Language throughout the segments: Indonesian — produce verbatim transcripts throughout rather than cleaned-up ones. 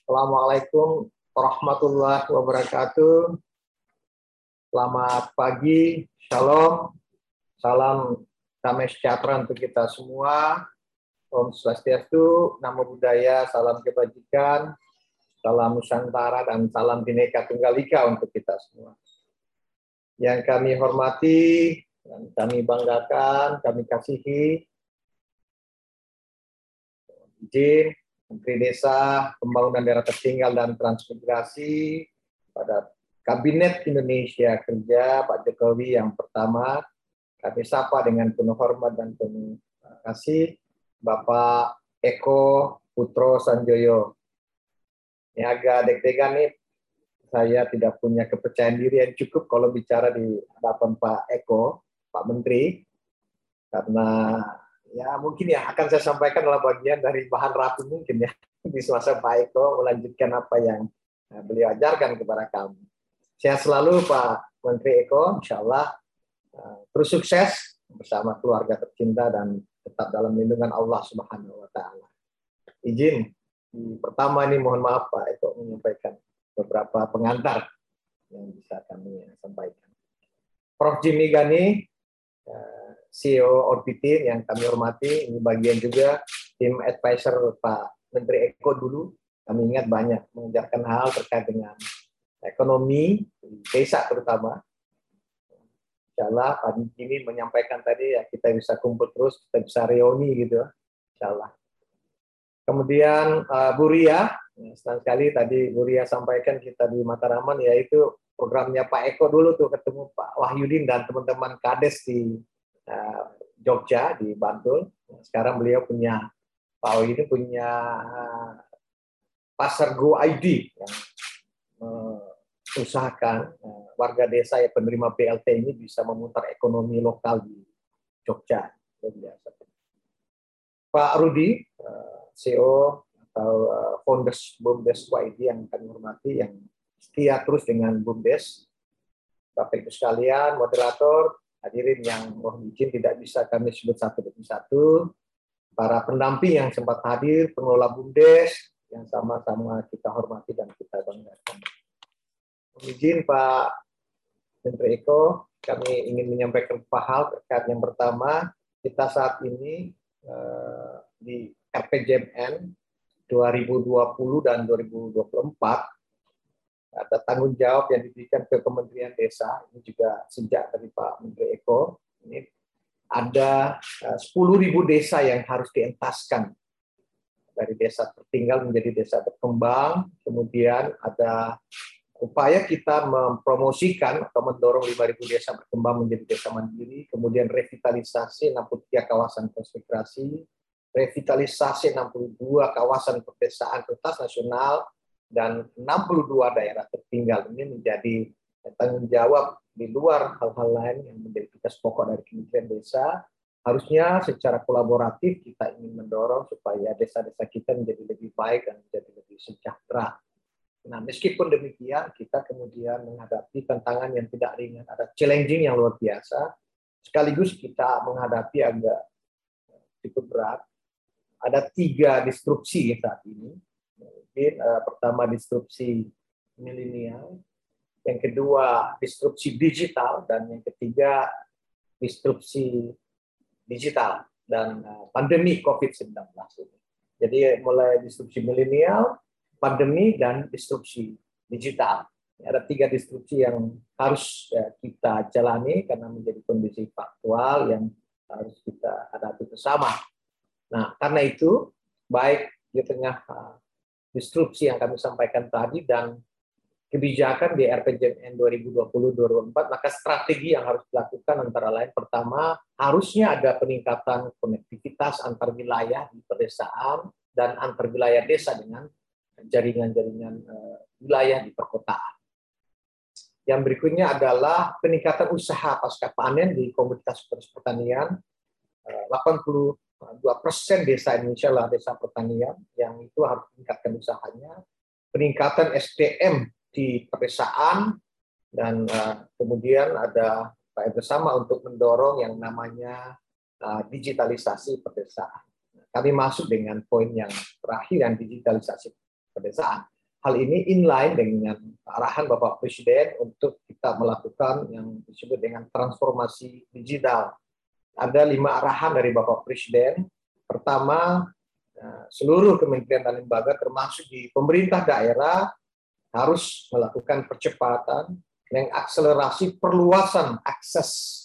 Assalamualaikum warahmatullahi wabarakatuh. Selamat pagi, shalom, salam damai sejahtera untuk kita semua. Om Swastiastu, Namo Buddhaya, salam kebajikan, salam Nusantara, dan salam Bhinneka Tunggal Ika untuk kita semua. Yang kami hormati, dan kami banggakan, kami kasihi, izin Menteri Desa, Pembangunan Daerah Tertinggal dan Transmigrasi pada Kabinet Indonesia Kerja Pak Jokowi yang pertama, kami sapa dengan penuh hormat dan penuh kasih Bapak Eko Putro Sanjoyo. Ini agak deg-degan nih, saya tidak punya kepercayaan diri yang cukup kalau bicara di hadapan Pak Eko, Pak Menteri, karena ya mungkin ya akan saya sampaikan adalah bagian dari bahan rapi mungkin ya di semasa Pak Eko melanjutkan apa yang beliau ajarkan kepada kami. Sehat selalu Pak Menteri Eko, insya Allah uh, terus sukses bersama keluarga tercinta dan tetap dalam lindungan Allah Subhanahu Wa Taala. Izin pertama ini mohon maaf Pak Eko menyampaikan beberapa pengantar yang bisa kami sampaikan. Profesor Jimmy Gani, uh, C E O Orbitin yang kami hormati, ini bagian juga tim advisor Pak Menteri Eko dulu. Kami ingat banyak mengajarkan hal terkait dengan ekonomi, desa terutama. Insya Allah Pak Jimmy menyampaikan tadi ya kita bisa kumpul terus, kita bisa reuni gitu. Insya Allah. Kemudian uh, Bu Ria, ya, senang sekali tadi Bu Ria sampaikan kita di Mataraman, yaitu programnya Pak Eko dulu tuh ketemu Pak Wahyudin dan teman-teman Kades di uh, Jogja, di Bantul. Sekarang beliau punya, Pak Wahyudin punya uh, Pasar Go I D yang mengusahakan uh, warga desa yang penerima B L T ini bisa memutar ekonomi lokal di Jogja. Pak Rudi, uh, C E O atau uh, Founders BUMDes Y D yang kami hormati, yang setia terus dengan BUMDes. Bapak Ibu sekalian, moderator, hadirin yang mohon izin tidak bisa kami sebut satu demi satu. Para pendamping yang sempat hadir, pengelola BUMDes yang sama-sama kita hormati dan kita banggakan. Izin Pak Menteri Eko, kami ingin menyampaikan beberapa hal terkait yang pertama, kita saat ini eh, di R P J M N dua ribu dua puluh dan dua ribu dua puluh empat ada tanggung jawab yang diberikan ke Kementerian Desa, ini juga sejak dari Pak Menteri Eko, ini ada eh, sepuluh ribu desa yang harus dientaskan dari desa tertinggal menjadi desa berkembang, kemudian ada upaya kita mempromosikan atau mendorong lima ribu desa berkembang menjadi desa mandiri, kemudian revitalisasi enam puluh tiga kawasan konsentrasi, revitalisasi enam puluh dua kawasan pedesaan prioritas nasional, dan enam puluh dua daerah tertinggal. Ini menjadi tanggung jawab di luar hal-hal lain yang menjadi tugas pokok dari Kementerian Desa. Harusnya secara kolaboratif kita ingin mendorong supaya desa-desa kita menjadi lebih baik dan menjadi lebih sejahtera. Nah, meskipun demikian, kita kemudian menghadapi tantangan yang tidak ringan, ada challenging yang luar biasa, sekaligus kita menghadapi agak cukup berat. Ada tiga disrupsi saat ini. Mungkin uh, pertama disrupsi milenial, yang kedua disrupsi digital, dan yang ketiga disrupsi digital dan uh, pandemi COVID sembilan belas ini. Jadi mulai disrupsi milenial, pandemi, dan disrupsi digital. Ada tiga disrupsi yang harus ya, kita jalani karena menjadi kondisi faktual yang harus kita hadapi bersama. Nah, karena itu, baik di tengah uh, disrupsi yang kami sampaikan tadi dan kebijakan di R P J M N dua ribu dua puluh sampai dua ribu dua puluh empat, maka strategi yang harus dilakukan antara lain, pertama, harusnya ada peningkatan konektivitas antar wilayah di pedesaan dan antar wilayah desa dengan jaringan-jaringan uh, wilayah di perkotaan. Yang berikutnya adalah peningkatan usaha pasca panen di komoditas pertanian. Uh, delapan puluh dua persen desa Indonesia adalah desa pertanian, yang itu harus meningkatkan usahanya. Peningkatan S D M di pedesaan, dan uh, kemudian ada upaya bersama untuk mendorong yang namanya uh, digitalisasi pedesaan. Kami masuk dengan poin yang terakhir, yang digitalisasi pedesaan. hal ini inline dengan arahan Bapak Presiden untuk kita melakukan yang disebut dengan transformasi digital. Ada lima arahan dari Bapak Presiden. Pertama, seluruh kementerian dan lembaga termasuk di pemerintah daerah harus melakukan percepatan, mengakselerasi perluasan akses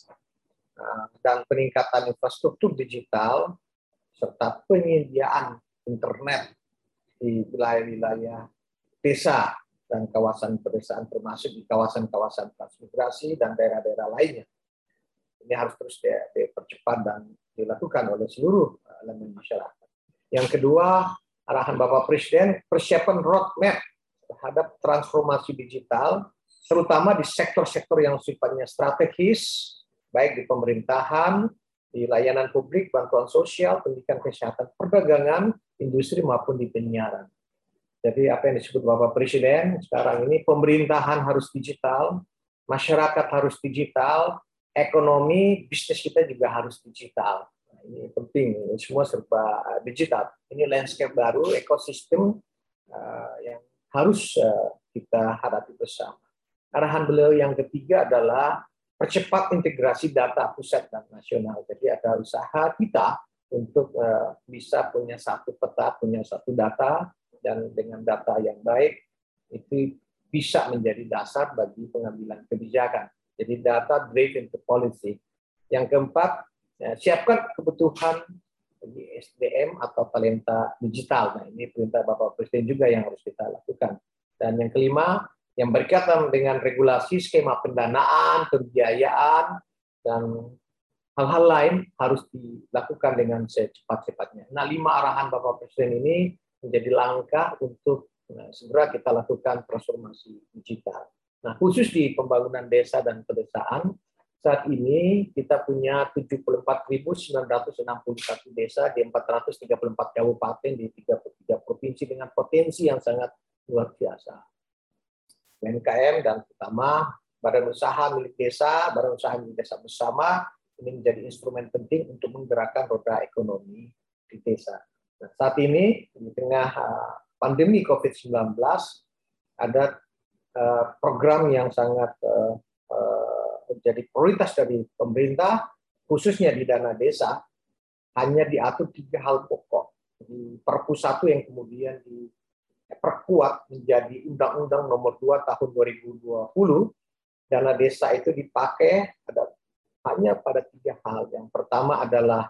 dan peningkatan infrastruktur digital serta penyediaan internet di wilayah-wilayah desa dan kawasan pedesaan termasuk di kawasan-kawasan transmigrasi dan daerah-daerah lainnya. Ini harus terus dipercepat dan dilakukan oleh seluruh elemen masyarakat. Yang kedua, arahan Bapak Presiden persiapan roadmap terhadap transformasi digital, terutama di sektor-sektor yang sifatnya strategis, baik di pemerintahan, di layanan publik, bantuan sosial, pendidikan, kesehatan, perdagangan, industri maupun di penyiaran. Jadi apa yang disebut Bapak Presiden sekarang ini, pemerintahan harus digital, masyarakat harus digital, ekonomi, bisnis kita juga harus digital. Nah, ini penting, ini semua serba digital. Ini landscape baru, ekosistem uh, yang harus uh, kita hadapi bersama. Arahan beliau yang ketiga adalah percepat integrasi data pusat dan nasional. Jadi ada usaha kita untuk uh, bisa punya satu peta, punya satu data, dan dengan data yang baik itu bisa menjadi dasar bagi pengambilan kebijakan. Jadi data driven to policy. Yang keempat, ya, siapkan kebutuhan bagi S D M atau talenta digital. Nah, ini perintah Bapak Presiden juga yang harus kita lakukan. Dan yang kelima, yang berkaitan dengan regulasi, skema pendanaan, pembiayaan, dan hal-hal lain harus dilakukan dengan secepat-cepatnya. Nah, lima arahan Bapak Presiden ini menjadi langkah untuk nah, segera kita lakukan transformasi digital. Nah, khusus di pembangunan desa dan pedesaan, saat ini kita punya tujuh puluh empat ribu sembilan ratus enam puluh satu desa di empat ratus tiga puluh empat kabupaten di tiga puluh tiga provinsi dengan potensi yang sangat luar biasa. U M K M dan terutama badan usaha milik desa, badan usaha milik desa bersama, ini menjadi instrumen penting untuk menggerakkan roda ekonomi di desa. Nah, saat ini di tengah uh, pandemi COVID sembilan belas ada uh, program yang sangat uh, uh, menjadi prioritas dari pemerintah, khususnya di dana desa, hanya diatur tiga hal pokok. Di Perpu satu yang kemudian diperkuat menjadi Undang-Undang Nomor dua Tahun dua ribu dua puluh, dana desa itu dipakai ada hanya pada tiga hal. Yang pertama adalah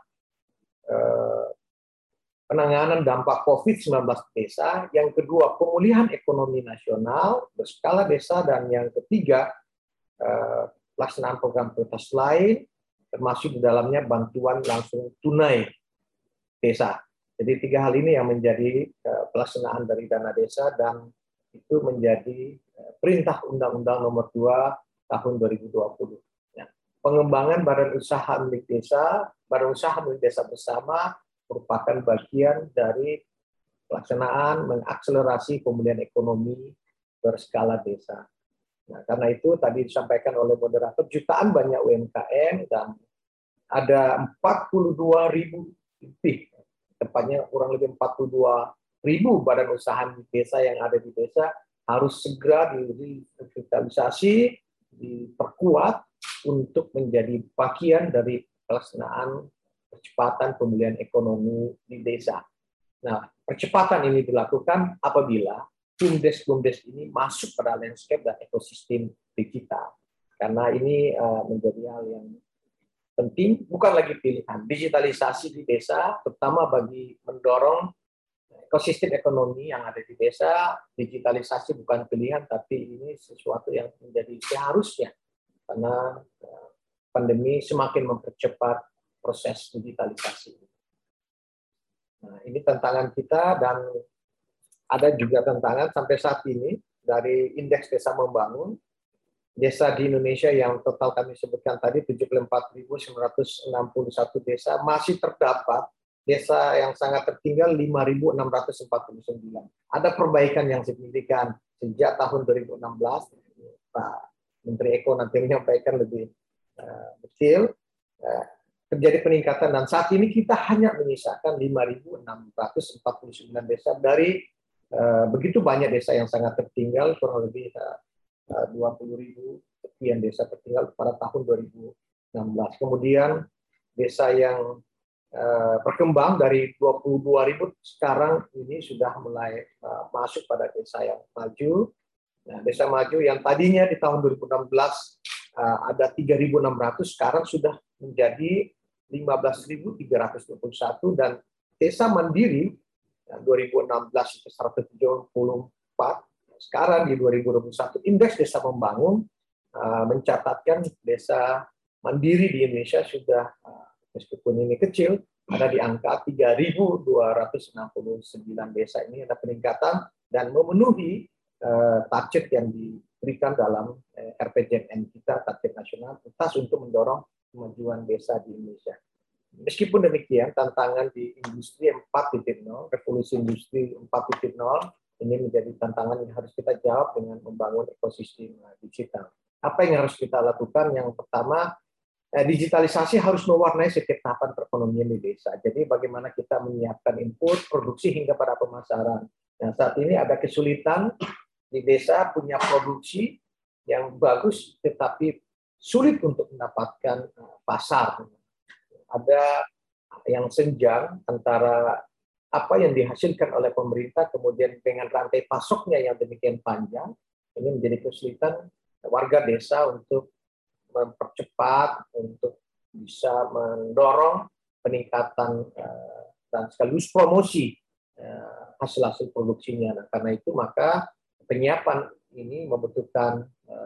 uh, penanganan dampak COVID sembilan belas di desa, yang kedua pemulihan ekonomi nasional berskala desa, dan yang ketiga eh, pelaksanaan program prioritas lain, termasuk di dalamnya bantuan langsung tunai desa. Jadi tiga hal ini yang menjadi eh, pelaksanaan dari dana desa, dan itu menjadi eh, perintah Undang-Undang Nomor dua Tahun dua ribu dua puluh. Ya. Pengembangan badan usaha milik desa, badan usaha milik desa bersama merupakan bagian dari pelaksanaan mengakselerasi pemulihan ekonomi berskala desa. Nah, karena itu tadi disampaikan oleh moderator, jutaan banyak U M K M dan ada empat puluh dua ribu lebih, tepatnya kurang lebih empat puluh dua ribu badan usaha di desa yang ada di desa harus segera direvitalisasi, diperkuat untuk menjadi bagian dari pelaksanaan percepatan pemulihan ekonomi di desa. Nah, percepatan ini dilakukan apabila BUMDes-BUMDes ini masuk pada landscape dan ekosistem digital. Karena ini uh, menjadi hal yang penting, bukan lagi pilihan. Digitalisasi di desa, terutama bagi mendorong ekosistem ekonomi yang ada di desa, digitalisasi bukan pilihan, tapi ini sesuatu yang menjadi seharusnya. Karena uh, pandemi semakin mempercepat proses digitalisasi. Nah, ini tantangan kita, dan ada juga tantangan sampai saat ini dari Indeks Desa Membangun. Desa di Indonesia yang total kami sebutkan tadi tujuh puluh empat ribu sembilan ratus enam puluh satu desa, masih terdapat desa yang sangat tertinggal lima ribu enam ratus empat puluh sembilan. Ada perbaikan yang signifikan sejak tahun dua ribu enam belas. Pak Menteri Eko nanti menyampaikan lebih uh, detail. Uh, terjadi peningkatan, dan saat ini kita hanya menyisakan lima ribu enam ratus empat puluh sembilan desa dari begitu banyak desa yang sangat tertinggal, kurang lebih dua puluh ribu sekian desa tertinggal pada tahun dua ribu enam belas. Kemudian desa yang berkembang dari dua puluh dua ribu sekarang ini sudah mulai masuk pada desa yang maju. Nah, desa maju yang tadinya di tahun dua ribu enam belas ada tiga ribu enam ratus, sekarang sudah menjadi lima belas ribu tiga ratus dua puluh satu, dan desa mandiri dua ribu enam belas itu seratus tujuh puluh empat. Sekarang di dua ribu dua puluh satu indeks desa membangun uh, mencatatkan desa mandiri di Indonesia sudah uh, meskipun ini kecil ada di angka tiga ribu dua ratus enam puluh sembilan desa. Ini ada peningkatan dan memenuhi uh, target yang diberikan dalam uh, R P J M N kita, target nasional tuntas untuk mendorong kemajuan desa di Indonesia. Meskipun demikian, tantangan di industri empat titik nol, revolusi industri empat titik nol, ini menjadi tantangan yang harus kita jawab dengan membangun ekosistem digital. Apa yang harus kita lakukan? Yang pertama, digitalisasi harus mewarnai setiap tahapan perekonomian di desa. Jadi bagaimana kita menyiapkan input, produksi, hingga pada pemasaran. Nah, saat ini ada kesulitan di desa punya produksi yang bagus, tetapi sulit untuk mendapatkan pasar. Ada yang senjang antara apa yang dihasilkan oleh pemerintah kemudian dengan rantai pasoknya yang demikian panjang, ini menjadi kesulitan warga desa untuk mempercepat, untuk bisa mendorong peningkatan dan sekaligus promosi hasil-hasil produksinya. Nah, karena itu maka penyiapan ini membutuhkan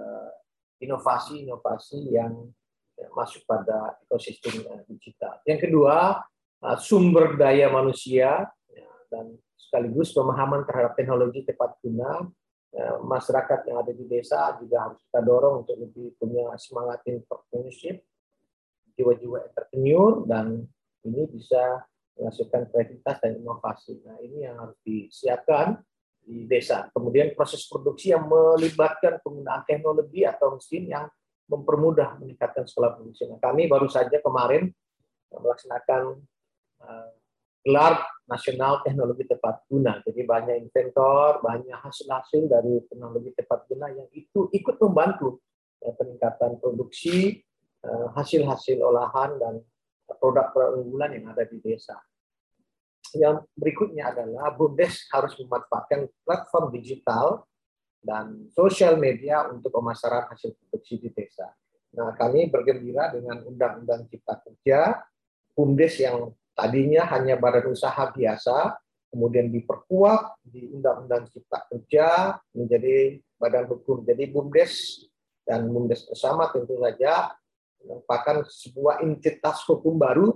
inovasi-inovasi yang masuk pada ekosistem digital. Yang kedua, sumber daya manusia dan sekaligus pemahaman terhadap teknologi tepat guna. Masyarakat yang ada di desa juga harus kita dorong untuk lebih punya semangat entrepreneurship, jiwa-jiwa entrepreneur, dan ini bisa menghasilkan kreativitas dan inovasi. Nah, ini yang harus disiapkan di desa. Kemudian proses produksi yang melibatkan penggunaan teknologi atau mesin yang mempermudah meningkatkan skala produksi. Nah, kami baru saja kemarin melaksanakan uh, gelar nasional teknologi tepat guna. Jadi banyak inventor, banyak hasil-hasil dari teknologi tepat guna yang itu ikut membantu ya, peningkatan produksi, hasil-hasil uh, olahan dan produk-produk unggulan yang ada di desa. Yang berikutnya adalah BUMDes harus memanfaatkan platform digital dan sosial media untuk pemasaran hasil produksi di desa. Nah, kami bergembira dengan Undang-Undang Cipta Kerja, BUMDes yang tadinya hanya badan usaha biasa, kemudian diperkuat di Undang-Undang Cipta Kerja menjadi badan hukum. Jadi BUMDes dan BUMDes bersama tentu saja merupakan sebuah entitas hukum baru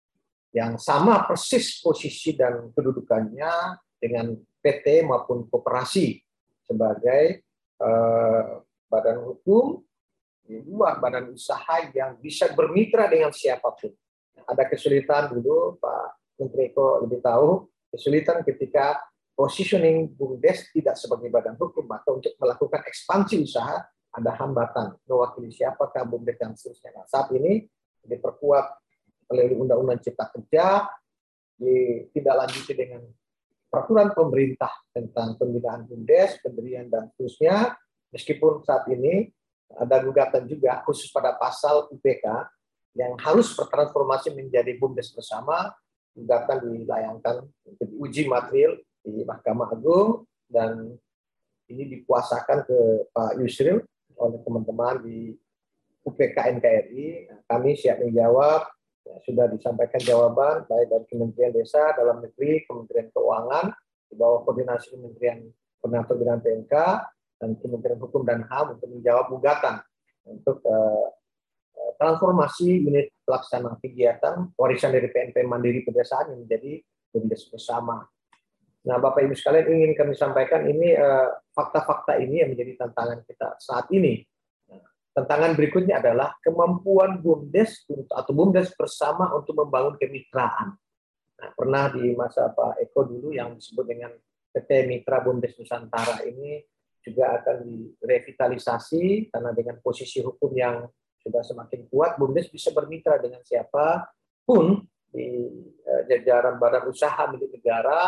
yang sama persis posisi dan kedudukannya dengan P T maupun koperasi sebagai eh, badan hukum di luar badan usaha yang bisa bermitra dengan siapapun. Ada kesulitan dulu, Pak Menteri Eko lebih tahu, kesulitan ketika positioning BUMDes tidak sebagai badan hukum, atau untuk melakukan ekspansi usaha ada hambatan, mewakili siapakah BUMDes dan seterusnya. Nah, saat ini diperkuat oleh Undang-Undang Cipta Kerja, ditindaklanjuti dengan peraturan pemerintah tentang pembinaan BUMDes, pendirian dan seterusnya. Meskipun saat ini ada gugatan juga khusus pada pasal U P K yang harus bertransformasi menjadi BUMDes bersama, gugatan dilayangkan untuk diuji material di Mahkamah Agung dan ini dikuasakan ke Pak Yusril oleh teman-teman di U P K N K R I. Nah, kami siap menjawab. Ya, sudah disampaikan jawaban baik dari Kementerian Desa, Dalam Negeri, Kementerian Keuangan di bawah koordinasi Kementerian Koordinator Bidang P M K dan Kementerian Hukum dan H A M untuk menjawab gugatan untuk uh, transformasi unit pelaksana kegiatan warisan dari P N P Mandiri Pedesaan yang menjadi BUMDes bersama. Nah, Bapak Ibu sekalian, ingin kami sampaikan ini fakta-fakta uh, ini yang menjadi tantangan kita saat ini. Tantangan berikutnya adalah kemampuan BUMDes atau BUMDes bersama untuk membangun kemitraan. Nah, pernah di masa Pak Eko dulu yang disebut dengan P T Mitra BUMDes Nusantara ini juga akan direvitalisasi karena dengan posisi hukum yang sudah semakin kuat, BUMDes bisa bermitra dengan siapapun di jajaran badan usaha milik negara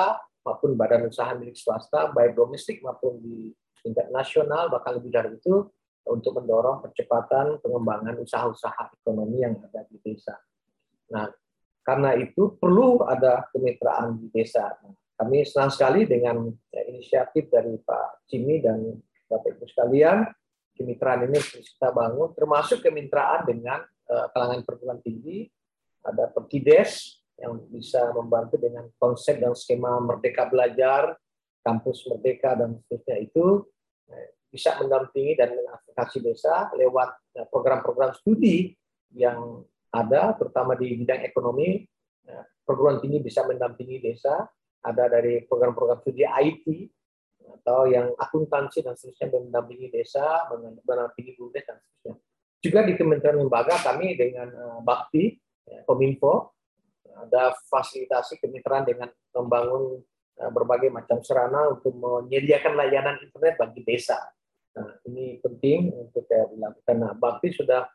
maupun badan usaha milik swasta, baik domestik maupun di tingkat nasional, bahkan lebih dari itu, untuk mendorong percepatan pengembangan usaha-usaha ekonomi yang ada di desa. Nah, karena itu perlu ada kemitraan di desa. Nah, kami senang sekali dengan ya, inisiatif dari Pak Jimmy dan Bapak Ibu sekalian. Kemitraan ini kita bangun, termasuk kemitraan dengan uh, kalangan perguruan tinggi. Ada Pertides yang bisa membantu dengan konsep dan skema Merdeka Belajar, Kampus Merdeka, dan seterusnya itu bisa mendampingi dan mengadvokasi desa lewat program-program studi yang ada, terutama di bidang ekonomi. Perguruan tinggi bisa mendampingi desa, ada dari program-program studi I T, atau yang akuntansi dan seterusnya mendampingi desa, mendampingi BUMDes dan seterusnya. Juga di Kementerian Lembaga kami dengan uh, Bakti, ya, Kominfo, ada fasilitasi kemitraan dengan membangun uh, berbagai macam sarana untuk menyediakan layanan internet bagi desa. Nah, ini penting untuk uh, dilakukan. Nah, Bakti sudah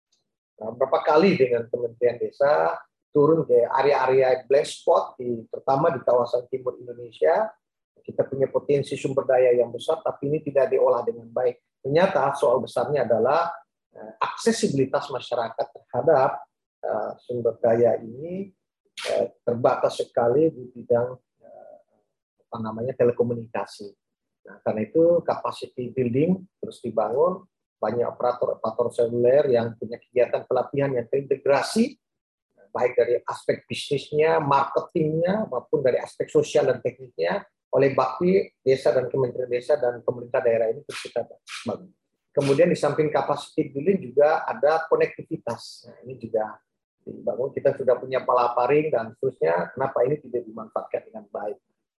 uh, berapa kali dengan Kementerian Desa turun ke area-area blank spot, di, terutama di kawasan timur Indonesia. Kita punya potensi sumber daya yang besar, tapi ini tidak diolah dengan baik. Ternyata soal besarnya adalah uh, aksesibilitas masyarakat terhadap uh, sumber daya ini uh, terbatas sekali di bidang uh, apa namanya telekomunikasi. Nah, karena itu capacity building terus dibangun, banyak operator-operator seluler yang punya kegiatan pelatihan yang terintegrasi, baik dari aspek bisnisnya, marketingnya, maupun dari aspek sosial dan tekniknya, oleh Bakti Desa dan Kementerian Desa dan pemerintah daerah ini terus kita bangun. Kemudian di samping capacity building juga ada konektivitas. Nah, ini juga dibangun. Kita sudah punya palaparing dan seterusnya. Kenapa ini tidak dimanfaatkan dengan baik?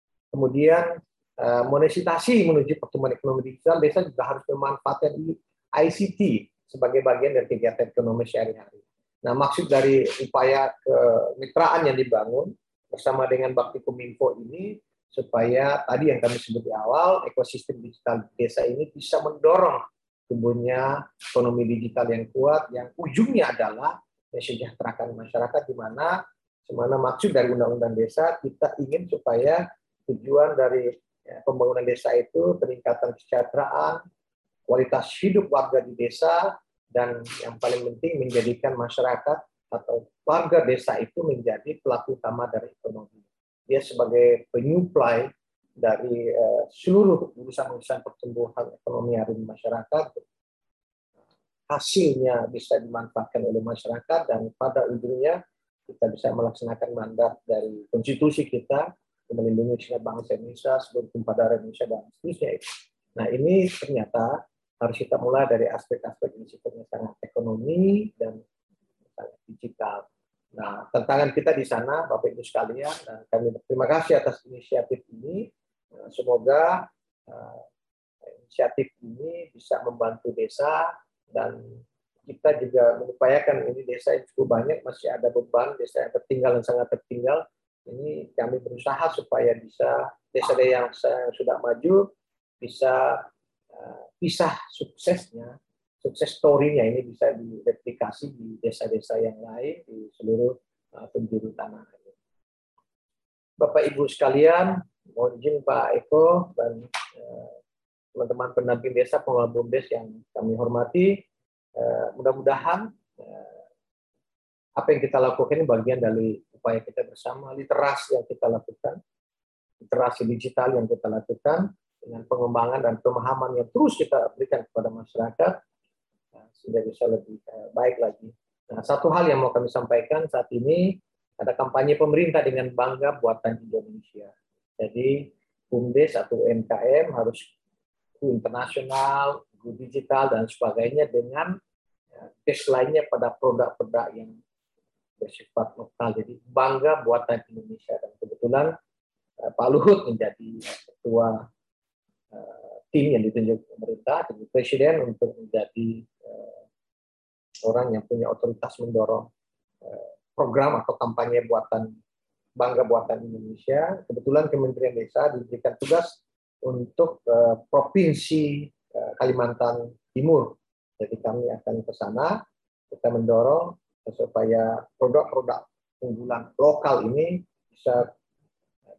Kemudian monetisasi menuju pertumbuhan ekonomi digital, desa juga harus memanfaatkan I C T sebagai bagian dari kegiatan ekonomi sehari-hari. Nah, maksud dari upaya kemitraan yang dibangun bersama dengan Bakti Kominfo ini, supaya tadi yang kami sebut di awal, ekosistem digital desa ini bisa mendorong tumbuhnya ekonomi digital yang kuat, yang ujungnya adalah mesejahterakan masyarakat, di mana semana maksud dari Undang-Undang Desa, kita ingin supaya tujuan dari ya, pembangunan desa itu peningkatan kesejahteraan, kualitas hidup warga di desa, dan yang paling penting menjadikan masyarakat atau warga desa itu menjadi pelaku utama dari ekonomi. Dia sebagai penyuplai dari uh, seluruh urusan-urusan pertumbuhan ekonomi hari ini masyarakat. Hasilnya bisa dimanfaatkan oleh masyarakat dan pada ujungnya kita bisa melaksanakan mandat dari konstitusi kita, melindungi segenap bangsa Indonesia, seluruh tumpah darah Indonesia dan seterusnya. Nah, ini ternyata harus kita mulai dari aspek-aspek yang sifatnya sangat ekonomi dan sangat digital. Nah, tantangan kita di sana, Bapak Ibu sekalian, dan kami berterima kasih atas inisiatif ini. Semoga uh, inisiatif ini bisa membantu desa, dan kita juga mengupayakan ini desa yang cukup banyak, masih ada beban desa yang tertinggal dan sangat tertinggal. Ini kami berusaha supaya bisa desa-desa yang sudah maju bisa uh, pisah suksesnya, sukses story-nya ini bisa direplikasi di desa-desa yang lain di seluruh uh, penjuru tanah air. Bapak Ibu sekalian, mohon izin Pak Eko dan uh, teman-teman pendamping desa, pengelola BUMDes yang kami hormati, uh, mudah-mudahan uh, apa yang kita lakukan ini bagian dari upaya kita bersama, literasi yang kita lakukan, literasi digital yang kita lakukan, dengan pengembangan dan pemahaman yang terus kita berikan kepada masyarakat, sehingga bisa lebih baik lagi. Nah, satu hal yang mau kami sampaikan saat ini, ada kampanye pemerintah dengan bangga buatan Indonesia. Jadi, BUMDes atau U M K M harus go internasional, go digital, dan sebagainya dengan tes lainnya pada produk-produk yang bersifat lokal. Jadi, bangga buatan Indonesia. Dan kebetulan Pak Luhut menjadi ketua uh, tim yang ditunjuk pemerintah, jadi presiden, untuk menjadi uh, orang yang punya otoritas mendorong uh, program atau kampanye buatan bangga buatan Indonesia. Kebetulan Kementerian Desa diberikan tugas untuk uh, provinsi uh, Kalimantan Timur. Jadi kami akan ke sana, kita mendorong supaya produk-produk unggulan lokal ini bisa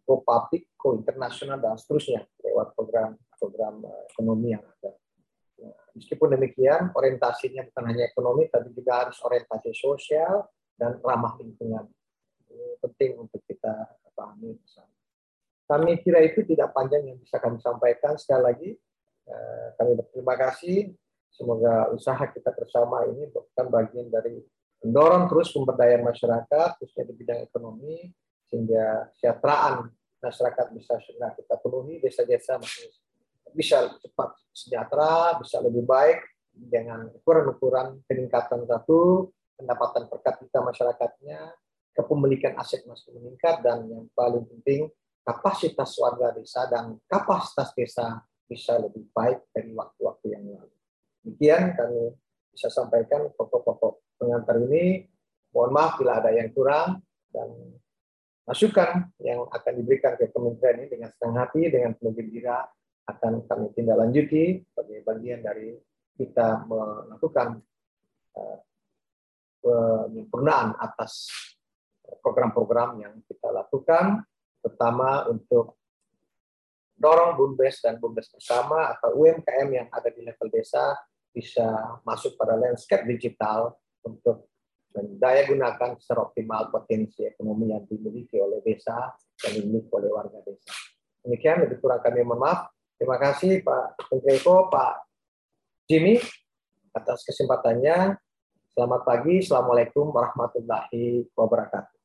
go public, go internasional, dan seterusnya lewat program-program ekonomi yang ada. Nah, meskipun demikian, orientasinya bukan hanya ekonomi, tapi juga harus orientasi sosial dan ramah lingkungan. Ini penting untuk kita pahami bersama. Kami kira itu tidak panjang yang bisa kami sampaikan. Sekali lagi, kami berterima kasih. Semoga usaha kita bersama ini bukan bagian dari mendorong terus pemberdayaan masyarakat, khususnya di bidang ekonomi, sehingga kesejahteraan masyarakat bisa segera kita penuhi, desa-desa bisa cepat sejahtera, bisa lebih baik dengan ukuran-ukuran peningkatan satu, pendapatan per kapita masyarakatnya, kepemilikan aset masih meningkat, dan yang paling penting kapasitas warga desa dan kapasitas desa bisa lebih baik dari waktu-waktu yang lalu. Demikian kami bisa sampaikan pokok-pokok pengantar ini. Mohon maaf bila ada yang kurang, dan masukan yang akan diberikan ke kementerian ini dengan senang hati, dengan penuh gembira akan kami tindak lanjuti sebagai bagian dari kita melakukan uh, penyempurnaan atas program-program yang kita lakukan, terutama untuk dorong BUMDes dan BUMDes bersama atau U M K M yang ada di level desa bisa masuk pada landscape digital untuk mendaya gunakan secara optimal potensi ekonomi yang dimiliki oleh desa dan dimiliki oleh warga desa. Demikian, lebih kurang kami mohon maaf. Terima kasih Pak Menteri Eko, Pak Jimmy atas kesempatannya. Selamat pagi, Assalamualaikum warahmatullahi wabarakatuh.